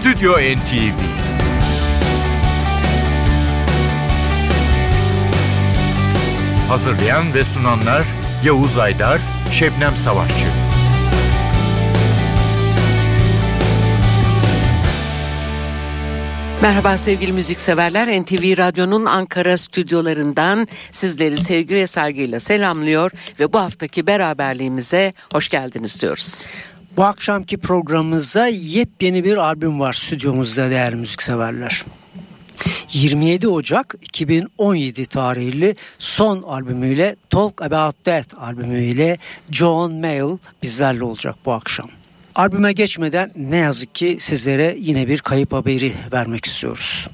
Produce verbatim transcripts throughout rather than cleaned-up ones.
Stüdyo N T V. Hazırlayan ve sunanlar Yavuz Aydar, Şebnem Savaşçı. Merhaba sevgili müzikseverler, N T V Radyo'nun Ankara stüdyolarından sizleri sevgi ve saygıyla selamlıyor ve bu haftaki beraberliğimize hoş geldiniz diyoruz. Bu akşamki programımızda yepyeni bir albüm var stüdyomuzda değerli müzikseverler. yirmi yedi Ocak iki bin on yedi tarihli son albümüyle Talk About That albümüyle Joan Mayall bizlerle olacak bu akşam. Albüme geçmeden ne yazık ki sizlere yine bir kayıp haberi vermek istiyoruz.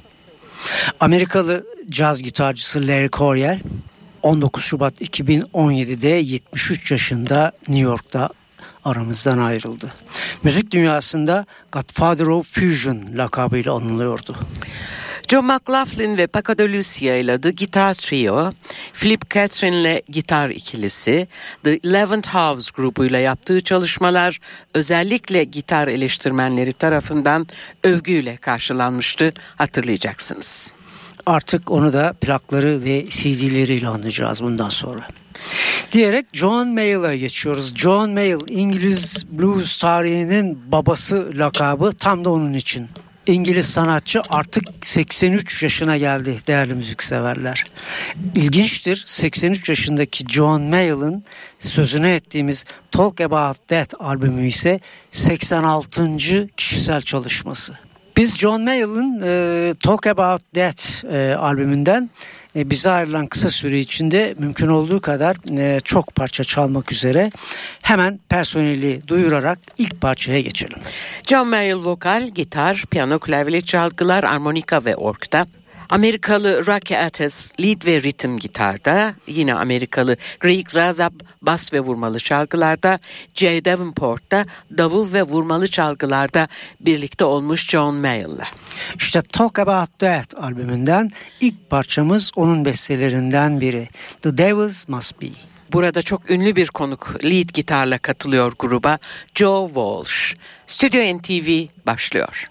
Amerikalı caz gitarcısı Larry Coryell on dokuz Şubat iki bin on yedide yetmiş üç yaşında New York'ta aramızdan ayrıldı. Müzik dünyasında Godfather of Fusion lakabıyla anılıyordu. John McLaughlin ve Paco de Lucia ile The Guitar Trio, Philip Catherine ile gitar ikilisi, The Eleventh House grubuyla yaptığı çalışmalar özellikle gitar eleştirmenleri tarafından övgüyle karşılanmıştı, hatırlayacaksınız. Artık onu da plakları ve C D'leriyle anlayacağız bundan sonra. Diyerek Joan Mayall'a geçiyoruz. Joan Mayall, İngiliz blues tarihinin babası lakabı tam da onun için. İngiliz sanatçı artık seksen üç yaşına geldi değerli müzikseverler. İlginçtir, seksen üç yaşındaki Joan Mayall'ın sözünü ettiğimiz Talk About That albümü ise seksen altıncı kişisel çalışması. Biz Joan Mayall'ın e, Talk About That e, albümünden e, bize ayrılan kısa süre içinde mümkün olduğu kadar e, çok parça çalmak üzere hemen personeli duyurarak ilk parçaya geçelim. Joan Mayall vokal, gitar, piyano, klavyeli çalgılar, armonika ve orgda. Amerikalı Rocky Ates lead ve ritim gitarda, yine Amerikalı Greg Zazab bas ve vurmalı çalgılarda, Jay Davenport davul ve vurmalı çalgılarda birlikte olmuş Joan Mayall'la. İşte Talk About That albümünden ilk parçamız onun bestelerinden biri, The Devils Must Be. Burada çok ünlü bir konuk lead gitarla katılıyor gruba, Joe Walsh. Stüdyo N T V başlıyor.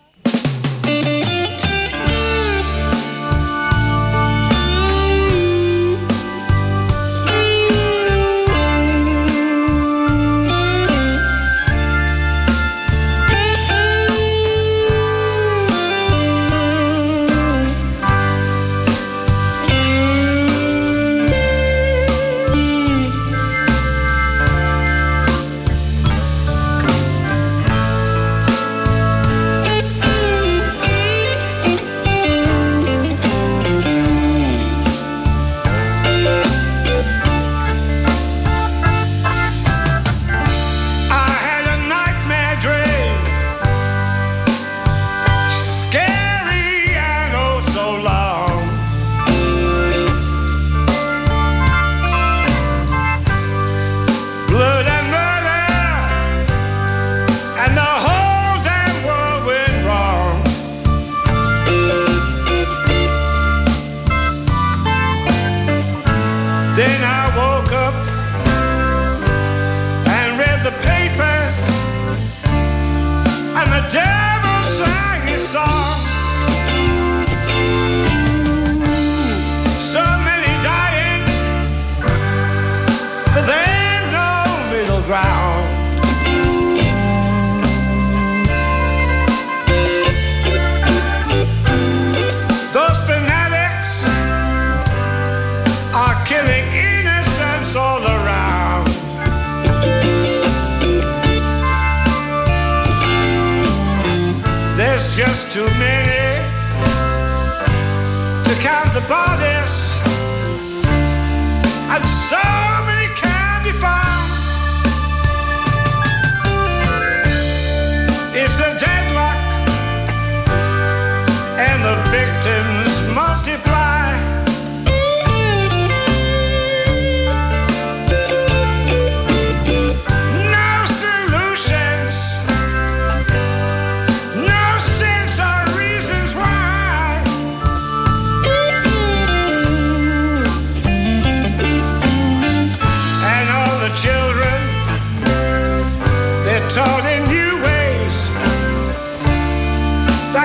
Then I woke up and read the papers, and the devil sang his song. So many dying, for there's no middle ground. Those fanatics are killing innocents all around. There's just too many to count the bodies, and so many can be found. It's a deadlock, and the victims multiply. Taught in new ways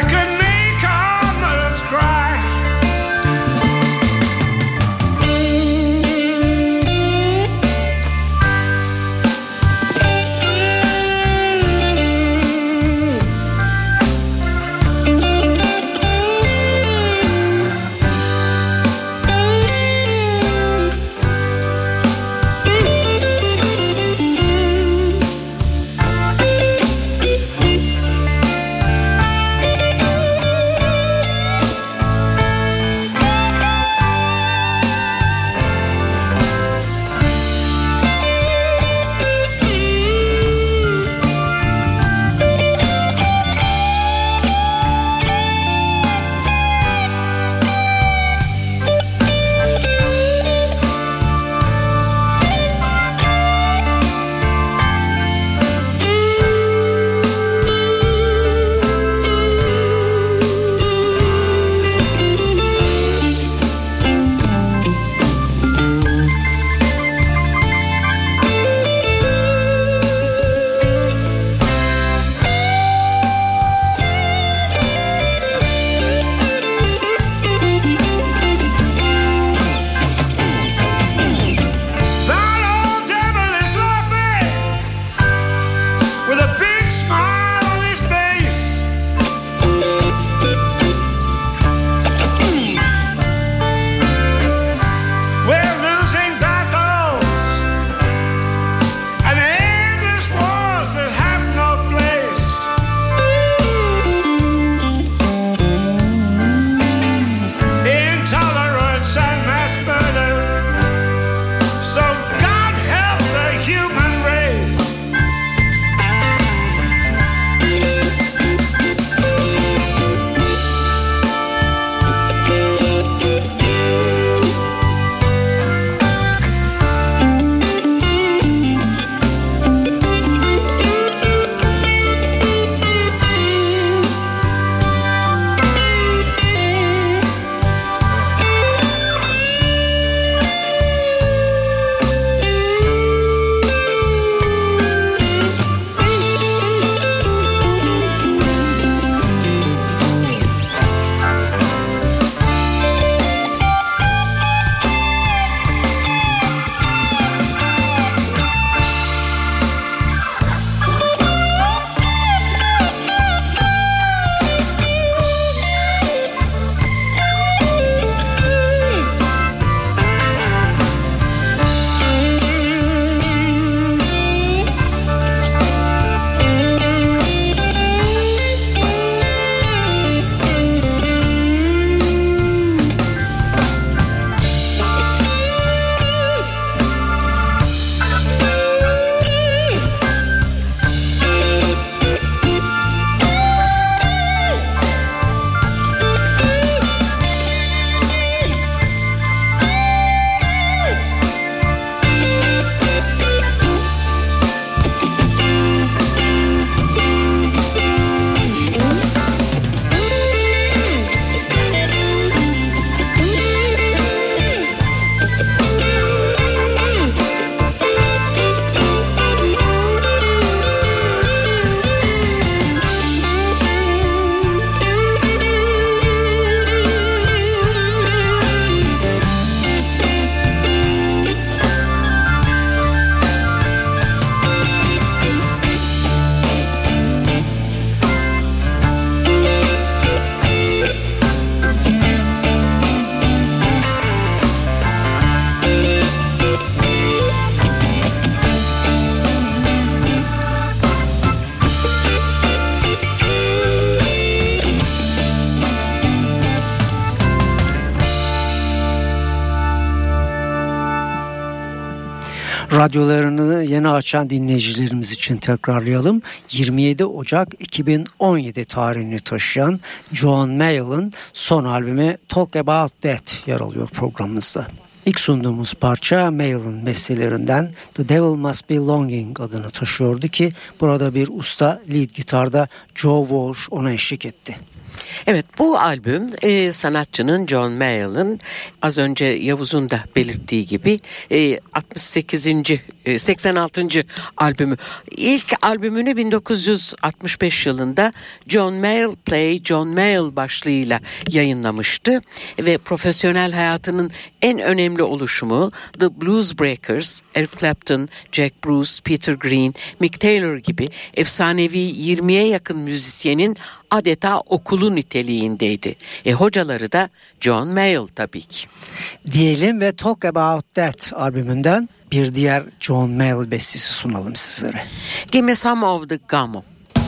Radyolarını yeni açan dinleyicilerimiz için tekrarlayalım. yirmi yedi Ocak iki bin on yedi tarihini taşıyan Joan Mayall'ın son albümü Talk About That yer alıyor programımızda. İlk sunduğumuz parça Mayall'ın bestelerinden The Devil Must Be Longing adını taşıyordu ki burada bir usta lead gitarda Joe Walsh ona eşlik etti. Evet, bu albüm e, sanatçının Joan Mayall'ın az önce Yavuz'un da belirttiği gibi e, altmış sekizinci E, seksen altıncı albümü. İlk albümünü bin dokuz yüz altmış beş yılında John Mayall Play John Mayall başlığıyla yayınlamıştı ve profesyonel hayatının en önemli oluşumu The Blues Breakers, Eric Clapton, Jack Bruce, Peter Green, Mick Taylor gibi efsanevi yirmiye yakın müzisyenin adeta okulu niteliğindeydi. E, hocaları da John Mayall tabii ki. Diyelim ve Talk About That albümünden bir diğer Joan Mayall bestesi sunalım sizlere. Give me some of the gummo.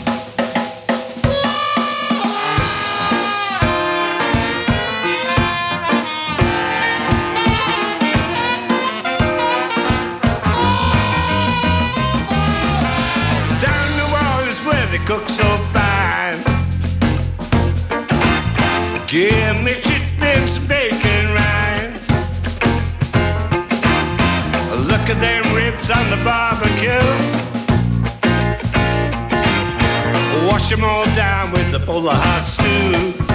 Down the wall is where they cook so fine. Give me chitlins and bacon rind. Look at them ribs on the barbecue. Wash them all down with a bowl of hot stew.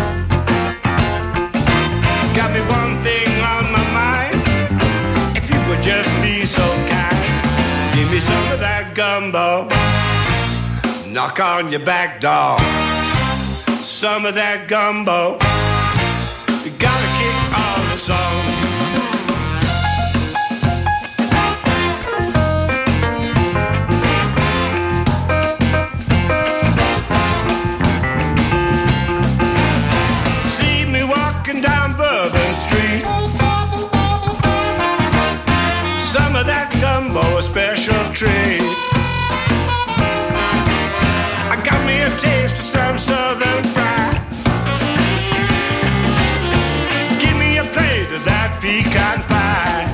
Got me one thing on my mind. If you would just be so kind, give me some of that gumbo. Knock on your back door. Some of that gumbo. You gotta kick all the songs. Down Bourbon Street, some of that gumbo a special treat. I got me a taste for some southern fried. Give me a plate of that pecan pie.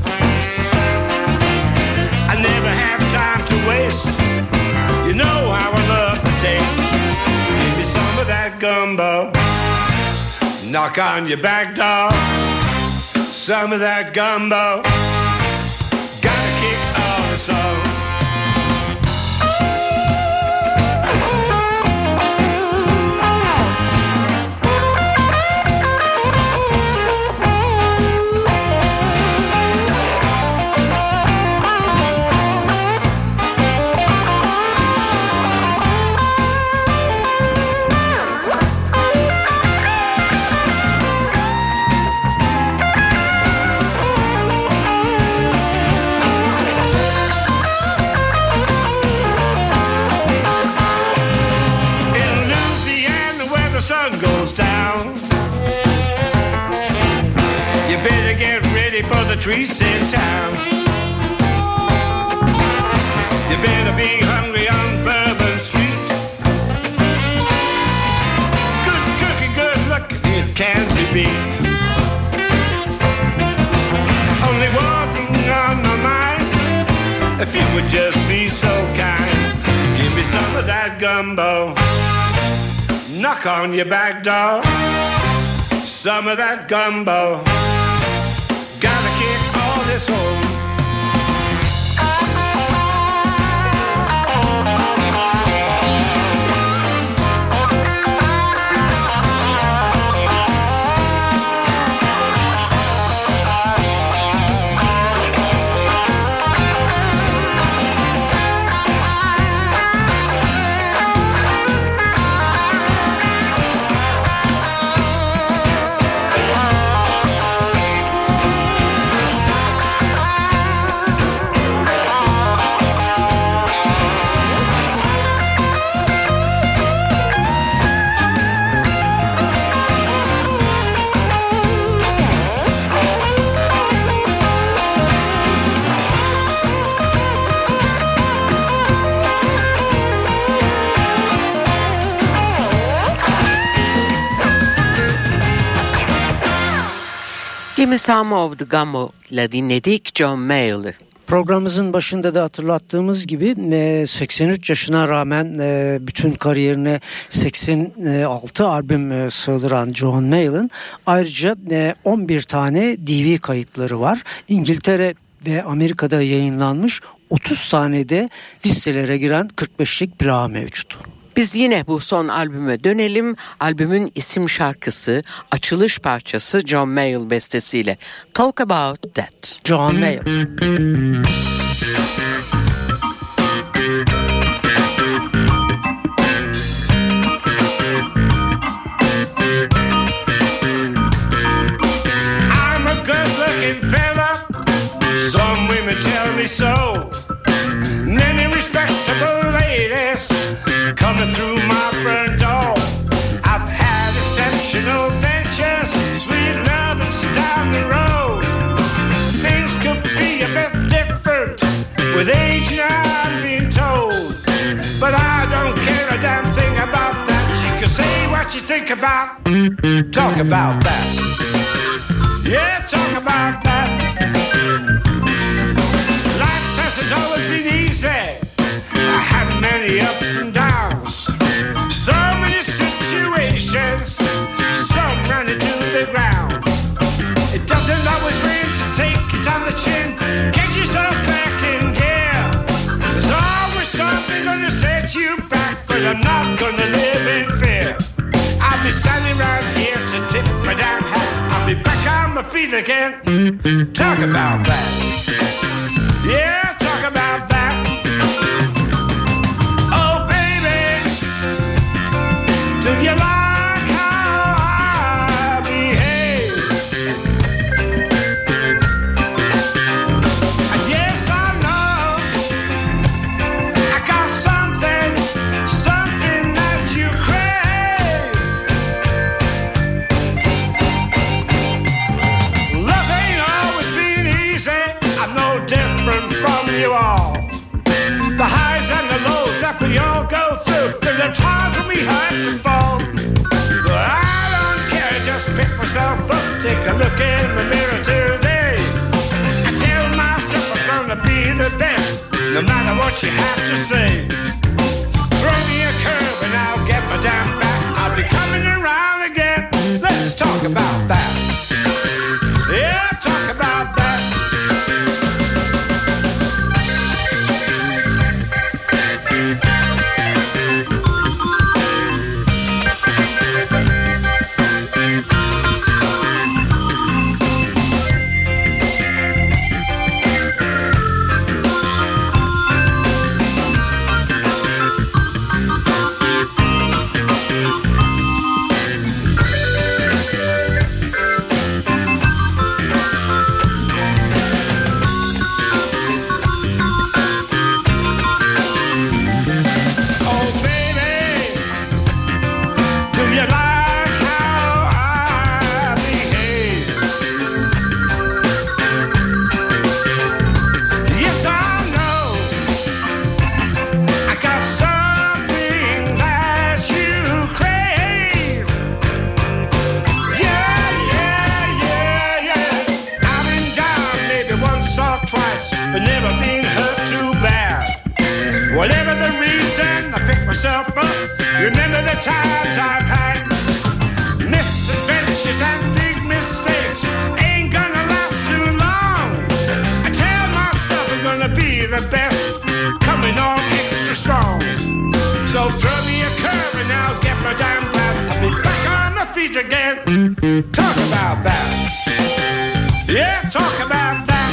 I never have time to waste. You know how I love the taste. Give me some of that gumbo. Knock on your back door. Some of that gumbo. Gotta kick all the song. Sun goes down. You better get ready for the treats in town. You better be hungry on Bourbon Street. Good cooking, good looking, it can't be beat. Only one thing on my mind. If you would just be so kind, give me some of that gumbo. Knock on your back door. Some of that gumbo. Gotta kick all this home. Give me some of the gumbo ile dinledik John Mayall'ı. Programımızın başında da hatırlattığımız gibi seksen üç yaşına rağmen bütün kariyerine seksen altı albüm sığdıran John Mayall'ın ayrıca on bir tane D V kayıtları var. İngiltere ve Amerika'da yayınlanmış otuz tane de listelere giren kırk beşlik plağı mevcut. Biz yine bu son albüme dönelim. Albümün isim şarkısı, açılış parçası John Mayall bestesiyle Talk About That. John Mayall. I'm a good-looking fella. Some women tell me so. Many respectable ladies coming through my front door. I've had exceptional ventures, sweet lovers down the road. Things could be a bit different with age now, I'm being told. But I don't care a damn thing about that. You can say what you think about, talk about that. Yeah, talk about that. Life hasn't always been easy. I had many ups and downs, so many situations, some ran into the ground. It doesn't always rain to take it on the chin. Get yourself back in gear. There's always something gonna set you back, but I'm not gonna live in fear. I'll be standing right here to tip my damn hat. I'll be back on my feet again. Talk about that. Yeah, talk about that. Do you like how I behave? Yes, I know I got something, something that you crave. Love ain't always been easy. I'm no different from you all. The highs and the lows that we all go through. There are times when we have to fall. But I don't care, just pick myself up, take a look in the mirror today. I tell myself I'm gonna be the best, no matter what you have to say. Throw me a curve and I'll get my damn back. I'll be coming around again. Let's talk about that. Yeah, talk about that. But never been hurt too bad. Whatever the reason, I pick myself up. Remember the times I've had. Misadventures and big mistakes ain't gonna last too long. I tell myself I'm gonna be the best, coming on extra strong. So throw me a curve and I'll get my damn back. I'll be back on my feet again. Talk about that. Yeah, talk about that.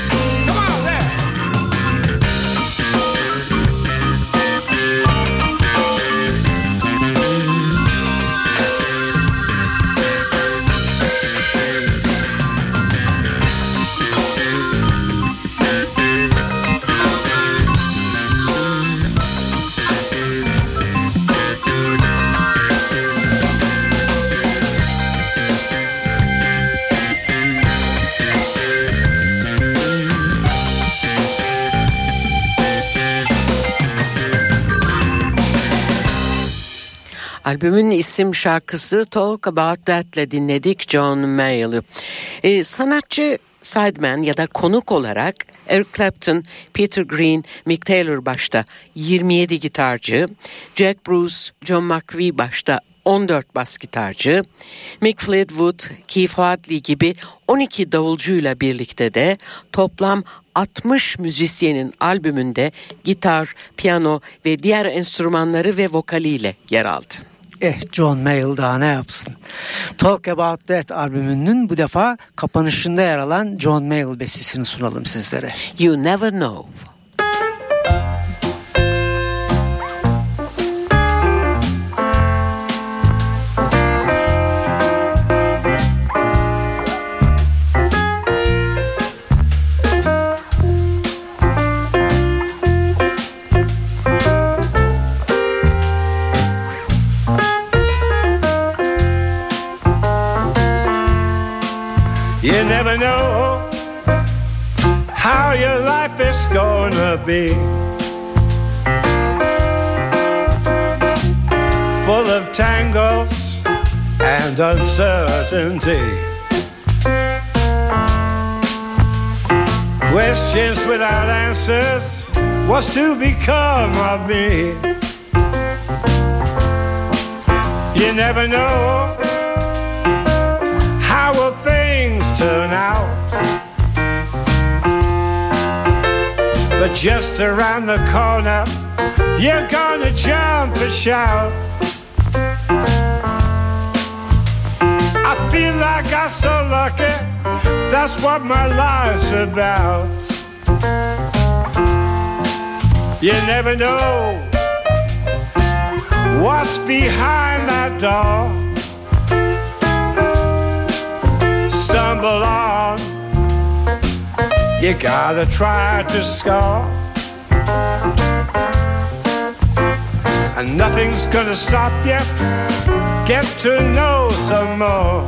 Albümün isim şarkısı Talk About That'le dinledik John Mayall'ı. Ee, sanatçı sideman ya da konuk olarak Eric Clapton, Peter Green, Mick Taylor başta yirmi yedi gitarcı, Jack Bruce, John McVie başta on dört bas gitarcı, Mick Fleetwood, Keith Wadley gibi on iki davulcuyla birlikte de toplam altmış müzisyenin albümünde gitar, piyano ve diğer enstrümanları ve vokaliyle yer aldı. Eh, John Mayall daha ne yapsın? Talk About That albümünün bu defa kapanışında yer alan John Mayall bestesini sunalım sizlere. You Never Know. You never know how your life is gonna be, full of tangles and uncertainty, questions without answers. What's to become of me? You never know how will things turn out, but just around the corner you're gonna jump and shout. I feel like I'm so lucky, that's what my life's about. You never know what's behind that door. Stumble on, you gotta try to score, and nothing's gonna stop you. Get to know some more.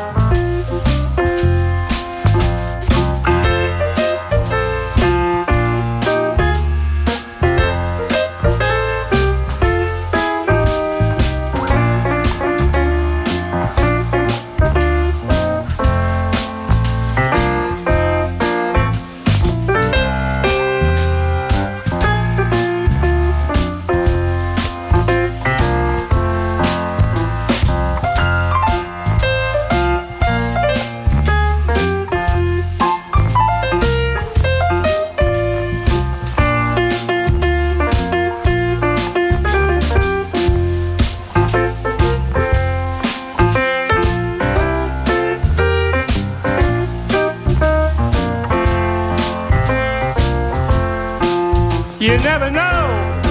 You never know,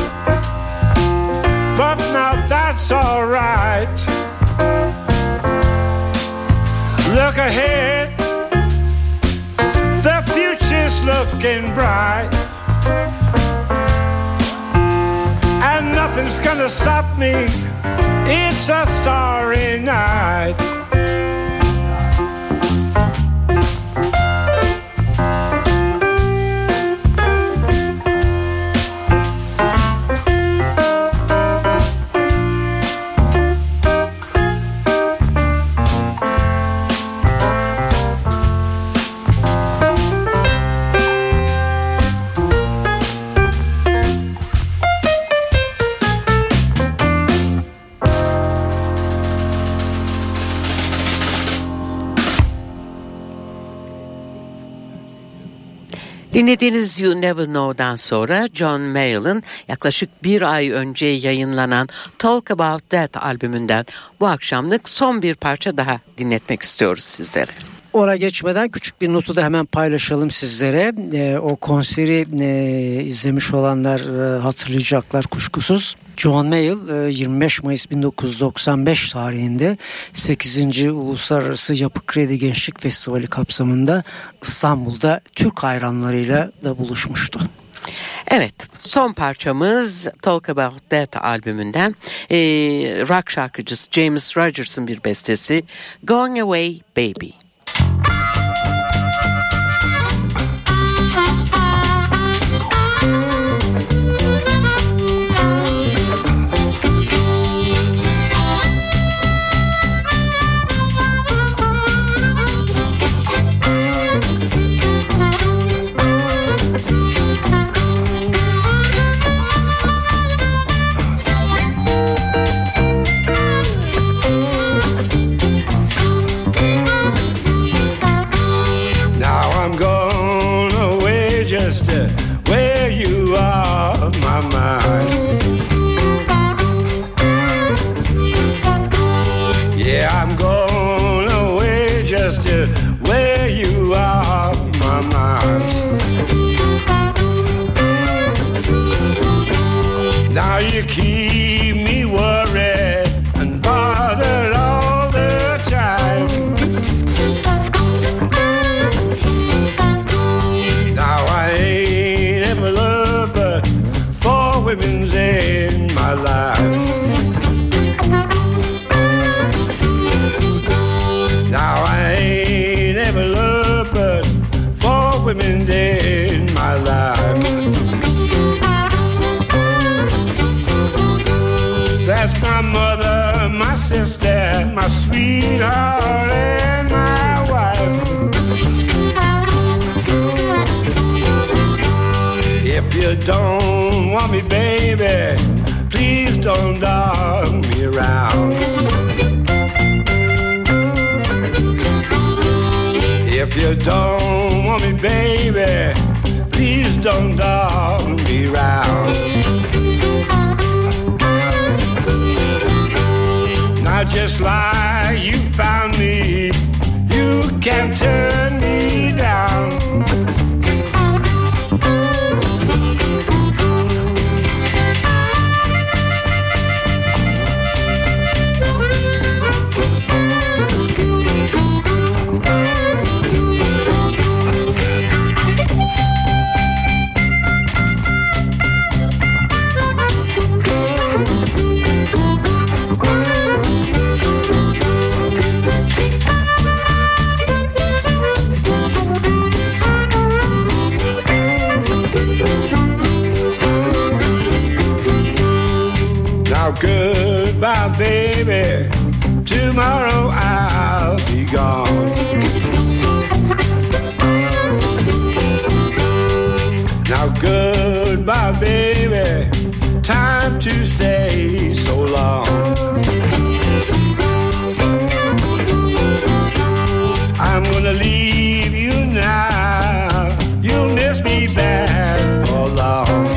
but now that's alright. Look ahead, the future's looking bright, and nothing's gonna stop me. It's a starry night. Dinlediğiniz You Never Know'dan sonra John Mayall'ın yaklaşık bir ay önce yayınlanan Talk About That albümünden bu akşamlık son bir parça daha dinletmek istiyoruz sizlere. Ona geçmeden küçük bir notu da hemen paylaşalım sizlere. E, o konseri e, izlemiş olanlar e, hatırlayacaklar kuşkusuz. John Mayall e, yirmi beş Mayıs bin dokuz yüz doksan beş tarihinde sekizinci Uluslararası Yapı Kredi Gençlik Festivali kapsamında İstanbul'da Türk hayranlarıyla da buluşmuştu. Evet, son parçamız Talk About That albümünden e, rock şarkıcısı James Rogers'ın bir bestesi Going Away Baby. just the way you are, my mind. Now you keep me worried and bothered all the time. Now I ain't ever loved but four women's in my life. Now I ain't ever loved but four women in my life. That's my mother, my sister, my sweetheart, and my wife. If you don't want me, baby, please don't dog me around. If you don't want me, baby, please don't dog me around. Now just like you found me, you can't turn me down. Goodbye, baby. Tomorrow I'll be gone. Now goodbye, baby. Time to say so long. I'm gonna leave you now. You'll miss me back for long.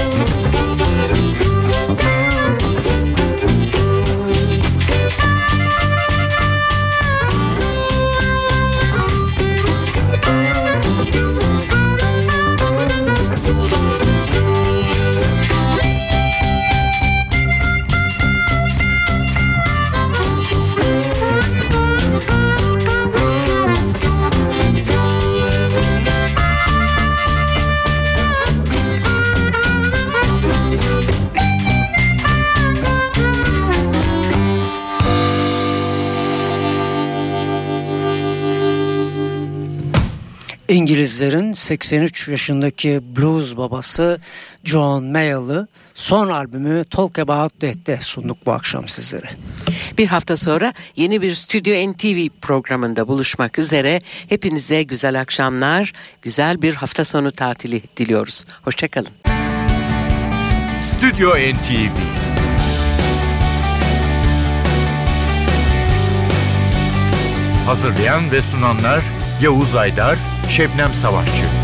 İngilizlerin seksen üç yaşındaki blues babası John Mayall'ı son albümü Talk About Death'te sunduk bu akşam sizlere. Bir hafta sonra yeni bir Stüdyo N T V programında buluşmak üzere. Hepinize güzel akşamlar, güzel bir hafta sonu tatili diliyoruz. Hoşçakalın. Stüdyo N T V Hazırlayan ve sunanlar Yavuz Aydar, Şebnem Savaşçı.